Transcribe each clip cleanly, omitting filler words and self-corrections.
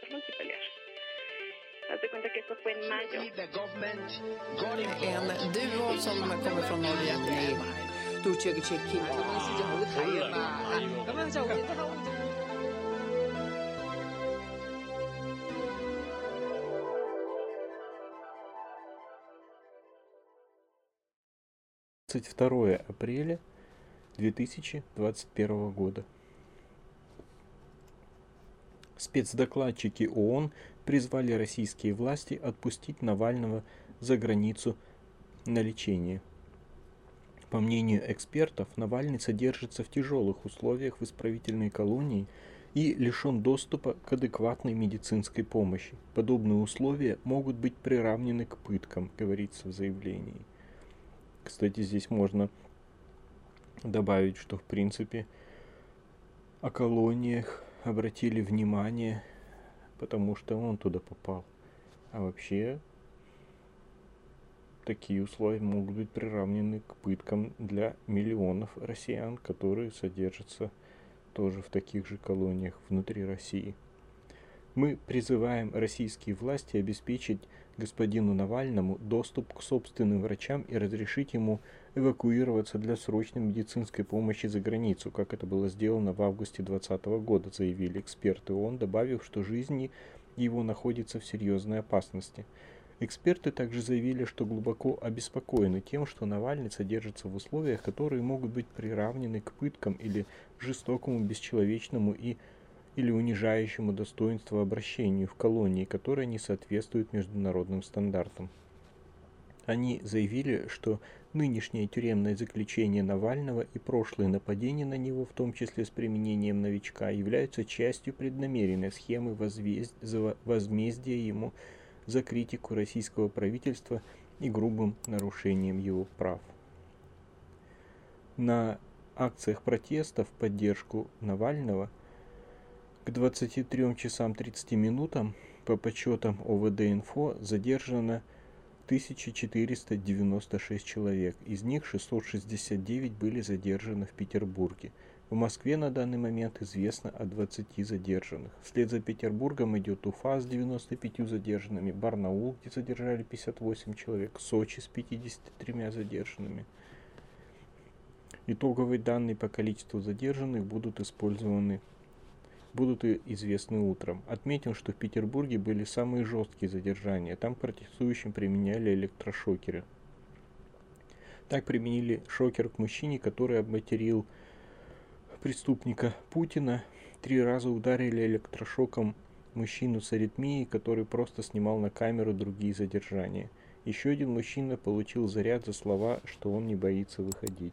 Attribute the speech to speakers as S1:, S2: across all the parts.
S1: multipoler. Haz de cuenta que esto fue en mayo.
S2: En duo som kommer från Norge.
S3: «22 апреля 2021 года. Спецдокладчики ООН призвали российские власти отпустить Навального за границу на лечение. По мнению экспертов, Навальный содержится в тяжелых условиях в исправительной колонии и лишен доступа к адекватной медицинской помощи. Подобные условия могут быть приравнены к пыткам, говорится в заявлении. Кстати, здесь можно добавить, что в принципе о колониях обратили внимание, потому что он туда попал. А вообще такие условия могут быть приравнены к пыткам для миллионов россиян, которые содержатся тоже в таких же колониях внутри России. Мы призываем российские власти обеспечить господину Навальному доступ к собственным врачам и разрешить ему эвакуироваться для срочной медицинской помощи за границу, как это было сделано в августе 2020 года, заявили эксперты ООН, добавив, что жизнь его находится в серьезной опасности. Эксперты также заявили, что глубоко обеспокоены тем, что Навальный содержится в условиях, которые могут быть приравнены к пыткам или жестокому, бесчеловечному или унижающему достоинство обращению в колонии, которое не соответствует международным стандартам. Они заявили, что нынешнее тюремное заключение Навального и прошлые нападения на него, в том числе с применением новичка, являются частью преднамеренной схемы возмездия ему за критику российского правительства и грубым нарушением его прав. На акциях протеста в поддержку Навального к 23 часам 30 минутам по подсчетам ОВД-Инфо задержано 1496 человек, из них 669 были задержаны в Петербурге. В Москве на данный момент известно о 20 задержанных. Вслед за Петербургом идет Уфа с 95 задержанными, Барнаул, где задержали 58 человек, Сочи с 53 задержанными. Итоговые данные по количеству задержанных будут известны утром. Отметим, что в Петербурге были самые жесткие задержания. Там протестующим применяли электрошокеры. Так применили шокер к мужчине, который обматерил преступника Путина. 3 раза ударили электрошоком мужчину с аритмией, который просто снимал на камеру другие задержания. Еще один мужчина получил заряд за слова, что он не боится выходить.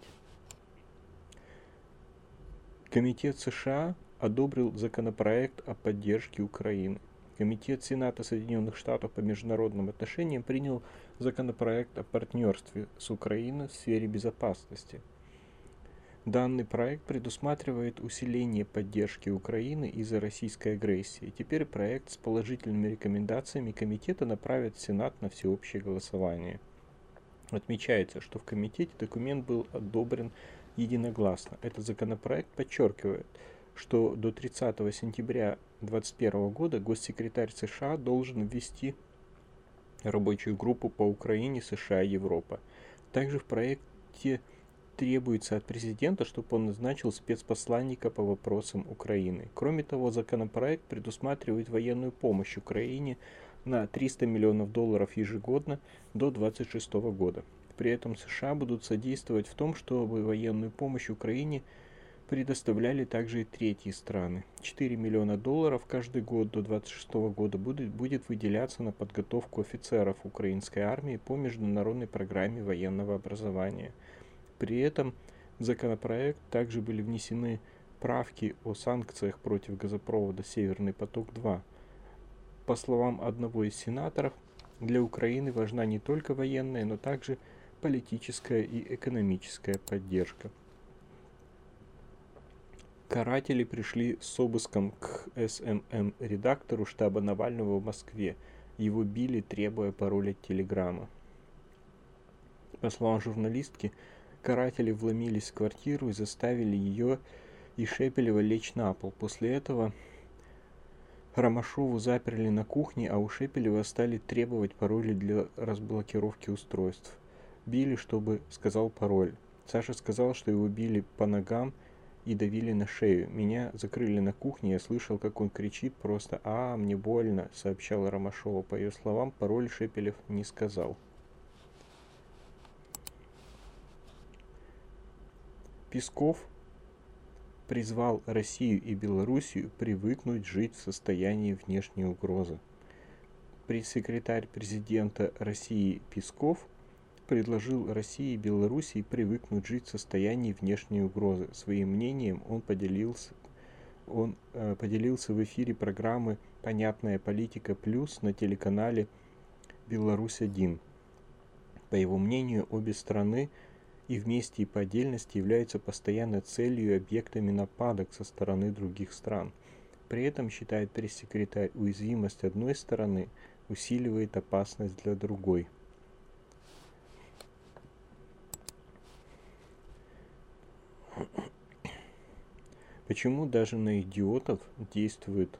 S3: Комитет США одобрил законопроект о поддержке Украины. Комитет Сената Соединенных Штатов по международным отношениям принял законопроект о партнерстве с Украиной в сфере безопасности. Данный проект предусматривает усиление поддержки Украины из-за российской агрессии. Теперь проект с положительными рекомендациями комитета направят в Сенат на всеобщее голосование. Отмечается, что в комитете документ был одобрен единогласно. Этот законопроект подчеркивает, что до 30 сентября 2021 года госсекретарь США должен ввести рабочую группу по Украине США и Европа. Также в проекте требуется от президента, чтобы он назначил спецпосланника по вопросам Украины. Кроме того, законопроект предусматривает военную помощь Украине на $300 миллионов ежегодно до 2026 года. При этом США будут содействовать в том, чтобы военную помощь Украине предоставляли также и третьи страны. $4 миллиона каждый год до 2026 года будет выделяться на подготовку офицеров украинской армии по международной программе военного образования. При этом в законопроект также были внесены правки о санкциях против газопровода «Северный поток-2». По словам одного из сенаторов, для Украины важна не только военная, но также политическая и экономическая поддержка. Каратели пришли с обыском к СММ-редактору штаба Навального в Москве. Его били, требуя пароль от телеграмма. По словам журналистки, каратели вломились в квартиру и заставили ее и Шепелева лечь на пол. После этого Ромашову заперли на кухне, а у Шепелева стали требовать пароли для разблокировки устройств. Били, чтобы сказал пароль. Саша сказал, что его били по ногам и давили на шею. Меня закрыли на кухне, я слышал, как он кричит просто мне больно», — сообщала Ромашова. По ее словам, пароль Шепелев не сказал. Песков призвал Россию и Белоруссию привыкнуть жить в состоянии внешней угрозы. Пресс-секретарь президента России Песков предложил России и Белоруссии привыкнуть жить в состоянии внешней угрозы. Своим мнением он поделился в эфире программы «Понятная политика плюс» на телеканале «Беларусь-1». По его мнению, обе страны и вместе и по отдельности являются постоянной целью и объектами нападок со стороны других стран. При этом, считает пресс-секретарь, уязвимость одной стороны усиливает опасность для другой. Почему даже на идиотов действует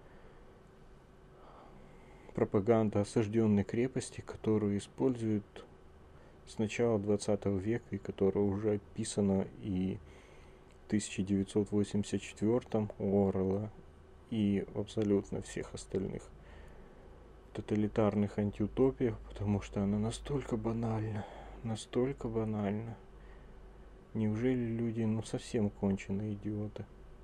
S3: пропаганда осажденной крепости, которую используют с начала 20 века и которая уже описана и в 1984 у Орвелла и абсолютно всех остальных тоталитарных антиутопиях, потому что она настолько банальна. Неужели люди совсем конченые идиоты?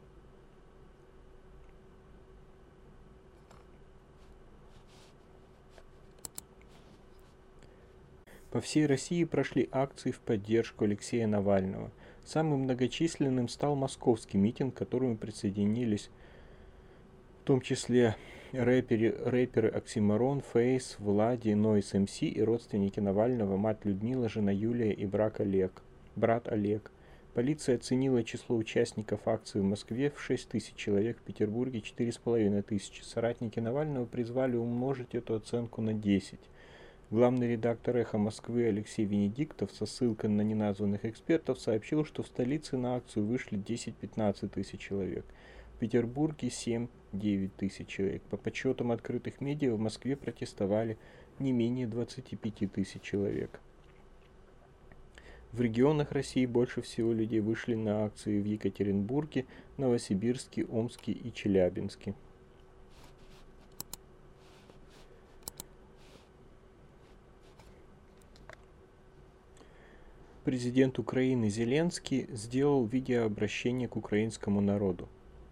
S3: По всей России прошли акции в поддержку Алексея Навального. Самым многочисленным стал московский митинг, к которому присоединились в том числе рэперы Оксимирон, Фейс, Влади, Нойз МС и родственники Навального, мать Людмила, жена Юлия и брат Олег. Полиция оценила число участников акции в Москве в 6 тысяч человек, в Петербурге 4,5 тысячи. Соратники Навального призвали умножить эту оценку на 10. Главный редактор «Эхо Москвы» Алексей Венедиктов со ссылкой на неназванных экспертов сообщил, что в столице на акцию вышли 10-15 тысяч человек. В Петербурге 7-9 тысяч человек. По подсчетам открытых медиа в Москве протестовали не менее 25 тысяч человек. В регионах России больше всего людей вышли на акции в Екатеринбурге, Новосибирске, Омске и Челябинске. Президент Украины Зеленский сделал видеообращение к украинскому народу.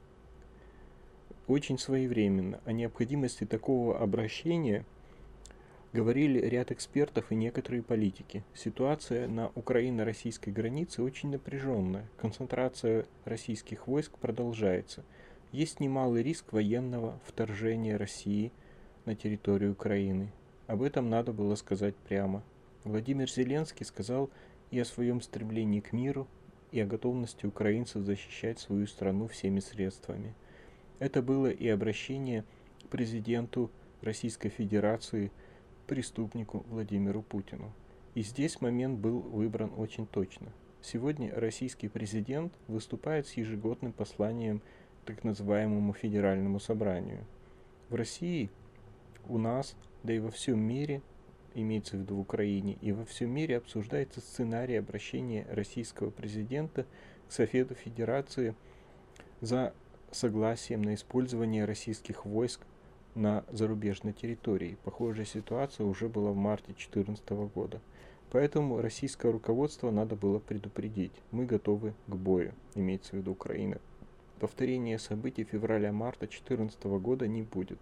S3: Очень своевременно. О необходимости такого обращения говорили ряд экспертов и некоторые политики. Ситуация на украино-российской границе очень напряженная. Концентрация российских войск продолжается. Есть немалый риск военного вторжения России на территорию Украины. Об этом надо было сказать прямо. Владимир Зеленский сказал и о своем стремлении к миру, и о готовности украинцев защищать свою страну всеми средствами. Это было и обращение к президенту Российской Федерации, преступнику Владимиру Путину. И здесь момент был выбран очень точно. Сегодня российский президент выступает с ежегодным посланием к так называемому Федеральному собранию. В России, у нас, да и во всем мире, имеется в виду в Украине, и во всем мире обсуждается сценарий обращения российского президента к Совету Федерации за согласием на использование российских войск на зарубежной территории. Похожая ситуация уже была в марте 2014 года. Поэтому российское руководство надо было предупредить. Мы готовы к бою, имеется в виду Украина. Повторения событий февраля-марта 2014 года не будет.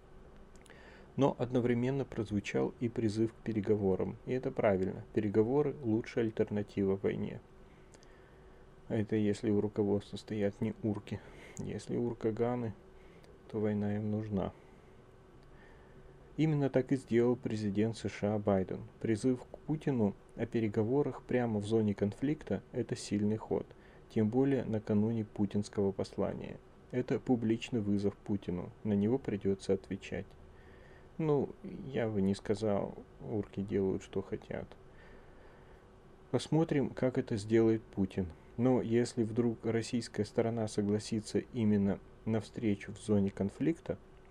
S3: Но одновременно прозвучал и призыв к переговорам. И это правильно. Переговоры – лучшая альтернатива войне. Это если у руководства стоят не урки. Если уркаганы, то война им нужна. Именно так и сделал президент США Байден. Призыв к Путину о переговорах прямо в зоне конфликта – это сильный ход. Тем более накануне путинского послания. Это публичный вызов Путину. На него придется отвечать. Я бы не сказал, урки делают, что хотят. Посмотрим, как это сделает Путин. Но если вдруг российская сторона согласится именно на встречу в зоне конфликта,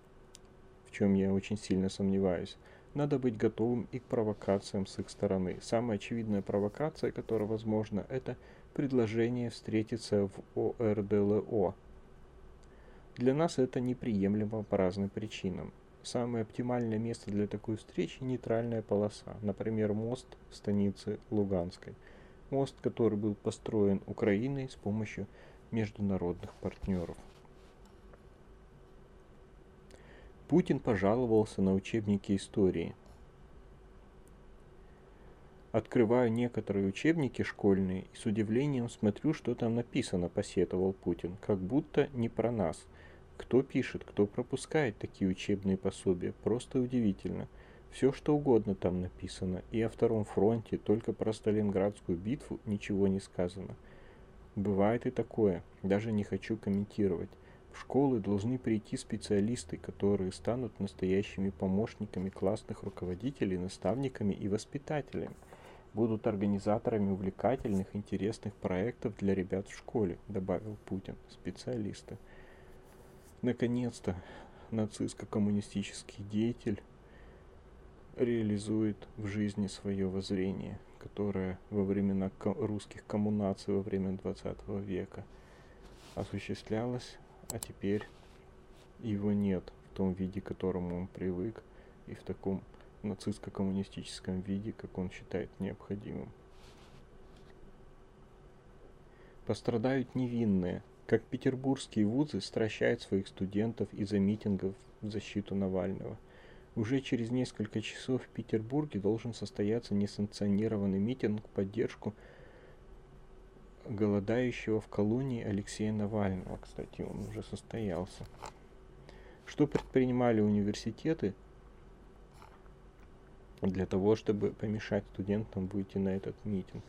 S3: чем я очень сильно сомневаюсь, надо быть готовым и к провокациям с их стороны. Самая очевидная провокация, которая возможна, это предложение встретиться в ОРДЛО. Для нас это неприемлемо по разным причинам. Самое оптимальное место для такой встречи – нейтральная полоса, например, мост в станице Луганской. Мост, который был построен Украиной с помощью международных партнеров. Путин пожаловался на учебники истории. Открываю некоторые учебники школьные и с удивлением смотрю, что там написано, посетовал Путин, как будто не про нас. Кто пишет, кто пропускает такие учебные пособия, просто удивительно. Все, что угодно там написано, и о Втором фронте, только про Сталинградскую битву ничего не сказано. Бывает и такое, даже не хочу комментировать. В школы должны прийти специалисты, которые станут настоящими помощниками классных руководителей, наставниками и воспитателями. Будут организаторами увлекательных, интересных проектов для ребят в школе, добавил Путин, специалисты. Наконец-то нацистско-коммунистический деятель реализует в жизни свое воззрение, которое во времена русских коммунаций во время 20 века осуществлялось, а теперь его нет в том виде, к которому он привык, и в таком нацистско-коммунистическом виде, как он считает необходимым. Пострадают невинные. Как петербургские вузы стращают своих студентов из-за митингов в защиту Навального. Уже через несколько часов в Петербурге должен состояться несанкционированный митинг в поддержку голодающего в колонии Алексея Навального. Кстати, он уже состоялся. Что предпринимали университеты для того, чтобы помешать студентам выйти на этот митинг?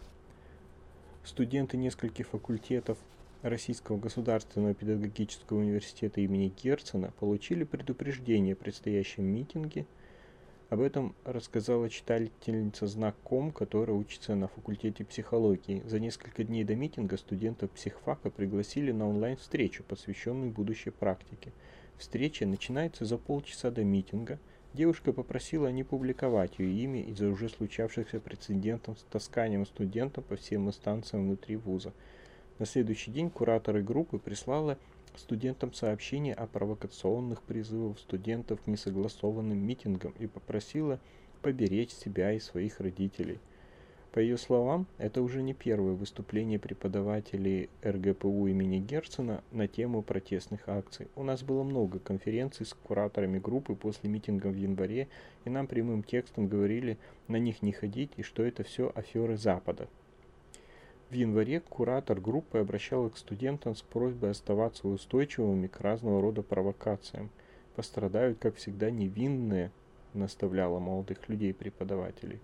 S3: Студенты нескольких факультетов Российского государственного педагогического университета имени Герцена получили предупреждение о предстоящем митинге. Об этом рассказала читательница «Знак.ком», которая учится на факультете психологии. За несколько дней до митинга студентов психфака пригласили на онлайн-встречу, посвященную будущей практике. Встреча начинается за полчаса до митинга. Девушка попросила не публиковать ее имя из-за уже случавшихся прецедентов с тасканием студентов по всем инстанциям внутри вуза. На следующий день кураторы группы прислала студентам сообщение о провокационных призывах студентов к несогласованным митингам и попросила поберечь себя и своих родителей. По ее словам, это уже не первое выступление преподавателей РГПУ имени Герцена на тему протестных акций. У нас было много конференций с кураторами группы после митинга в январе, и нам прямым текстом говорили на них не ходить и что это все аферы Запада. В январе куратор группы обращалась к студентам с просьбой оставаться устойчивыми к разного рода провокациям. Пострадают, как всегда, невинные, наставляла молодых людей преподавателей.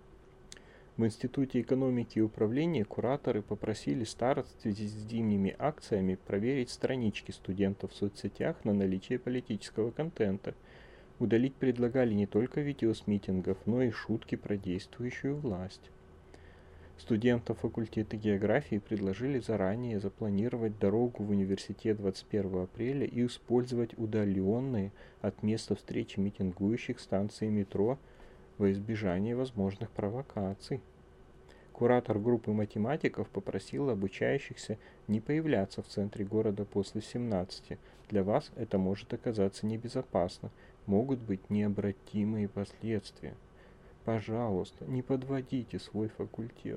S3: В Институте экономики и управления кураторы попросили старост в связи с зимними акциями проверить странички студентов в соцсетях на наличие политического контента. Удалить предлагали не только видео с митингов, но и шутки про действующую власть. Студентам факультета географии предложили заранее запланировать дорогу в университет 21 апреля и использовать удаленные от места встречи митингующих станции метро во избежание возможных провокаций. Куратор группы математиков попросил обучающихся не появляться в центре города после 17. Для вас это может оказаться небезопасно, могут быть необратимые последствия. Пожалуйста, не подводите свой факультет.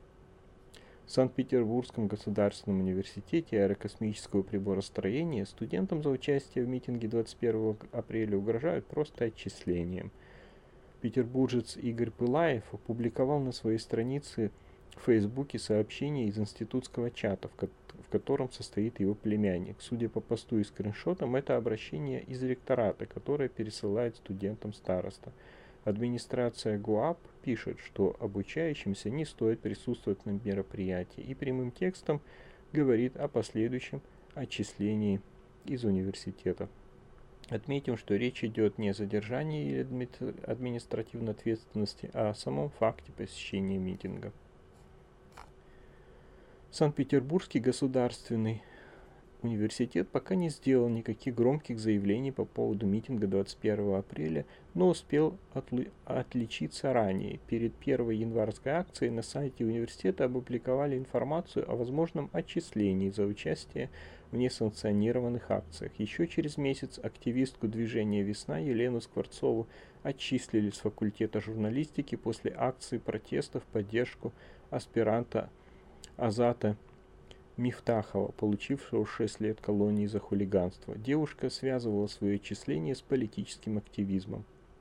S3: В Санкт-Петербургском государственном университете аэрокосмического приборостроения студентам за участие в митинге 21 апреля угрожают просто отчислением. Петербуржец Игорь Пылаев опубликовал на своей странице в Фейсбуке сообщение из институтского чата, в котором состоит его племянник. Судя по посту и скриншотам, это обращение из ректората, которое пересылает студентам староста. Администрация ГУАП пишет, что обучающимся не стоит присутствовать на мероприятии и прямым текстом говорит о последующем отчислении из университета. Отметим, что речь идет не о задержании или административной ответственности, а о самом факте посещения митинга. Санкт-Петербургский государственный Университет пока не сделал никаких громких заявлений по поводу митинга 21 апреля, но успел отличиться ранее. Перед первой январской акцией на сайте университета опубликовали информацию о возможном отчислении за участие в несанкционированных акциях. Еще через месяц активистку движения «Весна» Елену Скворцову отчислили с факультета журналистики после акции протеста в поддержку аспиранта Азата Мифтахова, получившего 6 лет колонии за хулиганство. Девушка связывала свое отчисление с политическим активизмом.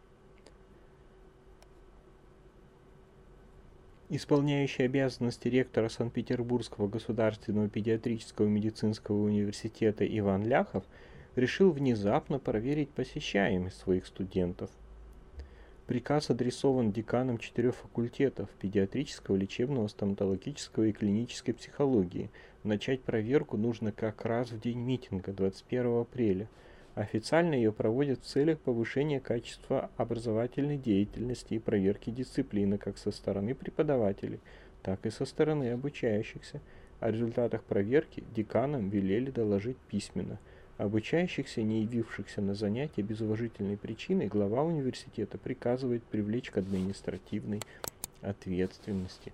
S3: Исполняющий обязанности ректора Санкт-Петербургского государственного педиатрического медицинского университета Иван Ляхов решил внезапно проверить посещаемость своих студентов. Приказ адресован деканам 4 факультетов – педиатрического, лечебного, стоматологического и клинической психологии. Начать проверку нужно как раз в день митинга, 21 апреля. Официально ее проводят в целях повышения качества образовательной деятельности и проверки дисциплины как со стороны преподавателей, так и со стороны обучающихся. О результатах проверки деканам велели доложить письменно. Обучающихся, не явившихся на занятия без уважительной причины, глава университета приказывает привлечь к административной ответственности.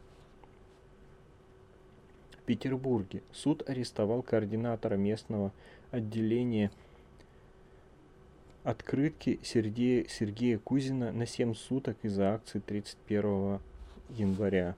S3: В Петербурге суд арестовал координатора местного отделения открытки Сергея Кузина на 7 суток из-за акции 31 января.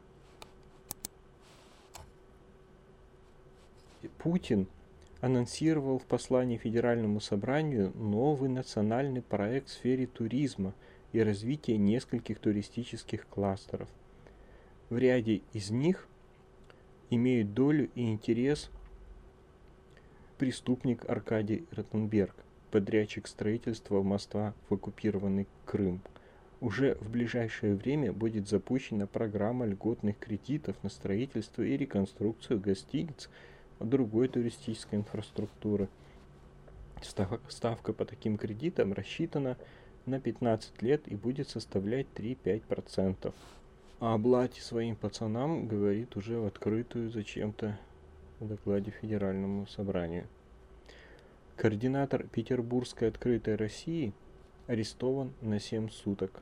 S3: Путин анонсировал в послании Федеральному собранию новый национальный проект в сфере туризма и развития нескольких туристических кластеров. В ряде из них имеют долю и интерес преступник Аркадий Ротенберг, подрядчик строительства моста в оккупированный Крым. Уже в ближайшее время будет запущена программа льготных кредитов на строительство и реконструкцию гостиниц, другой туристической инфраструктуры. Ставка по таким кредитам рассчитана на 15 лет и будет составлять 3-5%. О оплате своим пацанам говорит уже в открытую зачем-то в докладе Федеральному собранию. Координатор Петербургской открытой России арестован на 7 суток.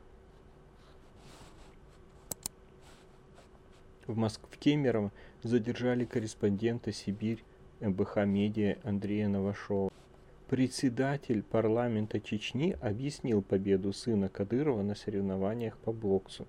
S3: В Кемерово задержали корреспондента «Сибирь» МБХ Медиа Андрея Новашова. Председатель парламента Чечни объяснил победу сына Кадырова на соревнованиях по боксу.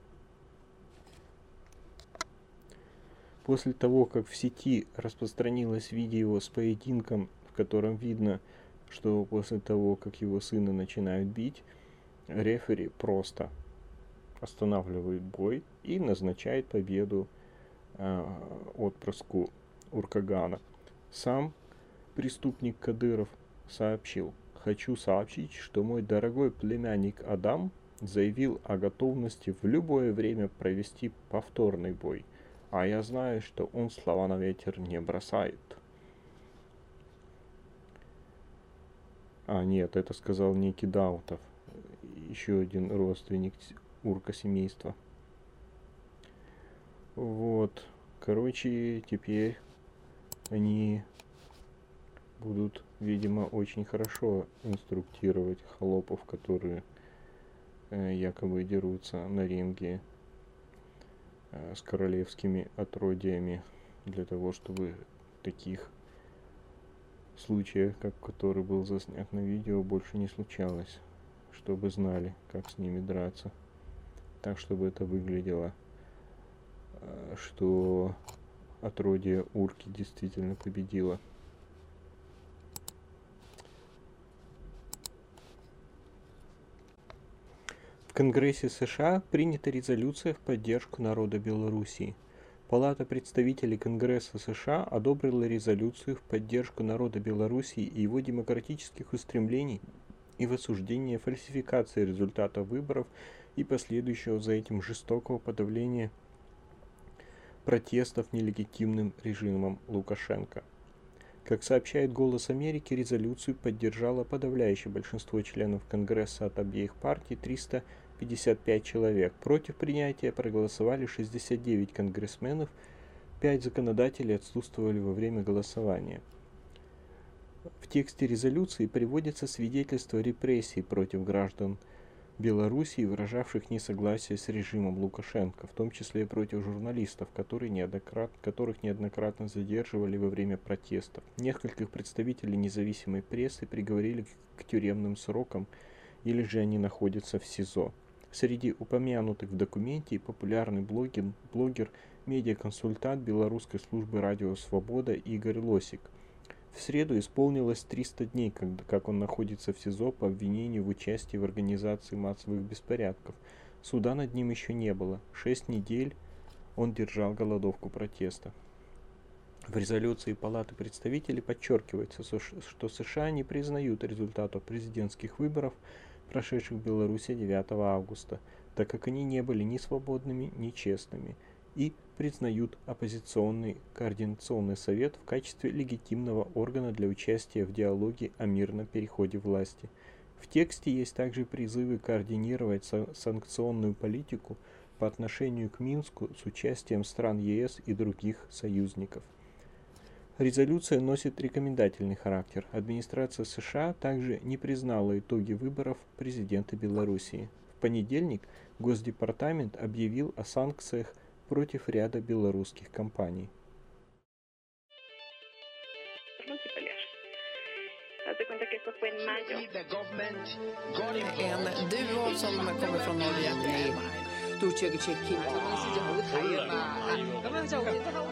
S3: После того, как в сети распространилось видео с поединком, в котором видно, что после того, как его сына начинают бить, рефери просто останавливает бой и назначает победу отпрыску Уркагана. Сам преступник Кадыров сообщил: «Хочу сообщить, что мой дорогой племянник Адам заявил о готовности в любое время провести повторный бой, а я знаю, что он слова на ветер не бросает». А нет, это сказал некий Даутов, еще один родственник урка семейства. Вот, короче, теперь они будут, видимо, очень хорошо инструктировать холопов, которые якобы дерутся на ринге с королевскими отродьями, для того, чтобы таких случаев, как который был заснят на видео, больше не случалось, чтобы знали, как с ними драться, так, чтобы это выглядело, что отродье урки действительно победило. В Конгрессе США принята резолюция в поддержку народа Белоруссии. Палата представителей Конгресса США одобрила резолюцию в поддержку народа Белоруссии и его демократических устремлений и в осуждение фальсификации результатов выборов и последующего за этим жестокого подавления протестов нелегитимным режимом Лукашенко. Как сообщает «Голос Америки», резолюцию поддержало подавляющее большинство членов Конгресса от обеих партий, 355 человек. Против принятия проголосовали 69 конгрессменов, 5 законодателей отсутствовали во время голосования. В тексте резолюции приводятся свидетельства репрессий против граждан Белоруссии, выражавших несогласие с режимом Лукашенко, в том числе против журналистов, которых неоднократно задерживали во время протестов. Нескольких представителей независимой прессы приговорили к тюремным срокам, или же они находятся в СИЗО. Среди упомянутых в документе и популярный блогер, медиаконсультант белорусской службы «Радио Свобода» Игорь Лосик. В среду исполнилось 300 дней, как он находится в СИЗО по обвинению в участии в организации массовых беспорядков. Суда над ним еще не было. 6 недель он держал голодовку протеста. В резолюции Палаты представителей подчеркивается, что США не признают результатов президентских выборов, прошедших в Беларуси 9 августа, так как они не были ни свободными, ни честными, и признают оппозиционный координационный совет в качестве легитимного органа для участия в диалоге о мирном переходе власти. В тексте есть также призывы координировать санкционную политику по отношению к Минску с участием стран ЕС и других союзников. Резолюция носит рекомендательный характер. Администрация США также не признала итоги выборов президента Белоруссии. В понедельник Госдепартамент объявил о санкциях против ряда белорусских компаний.
S2: En duo som kommer från Norge.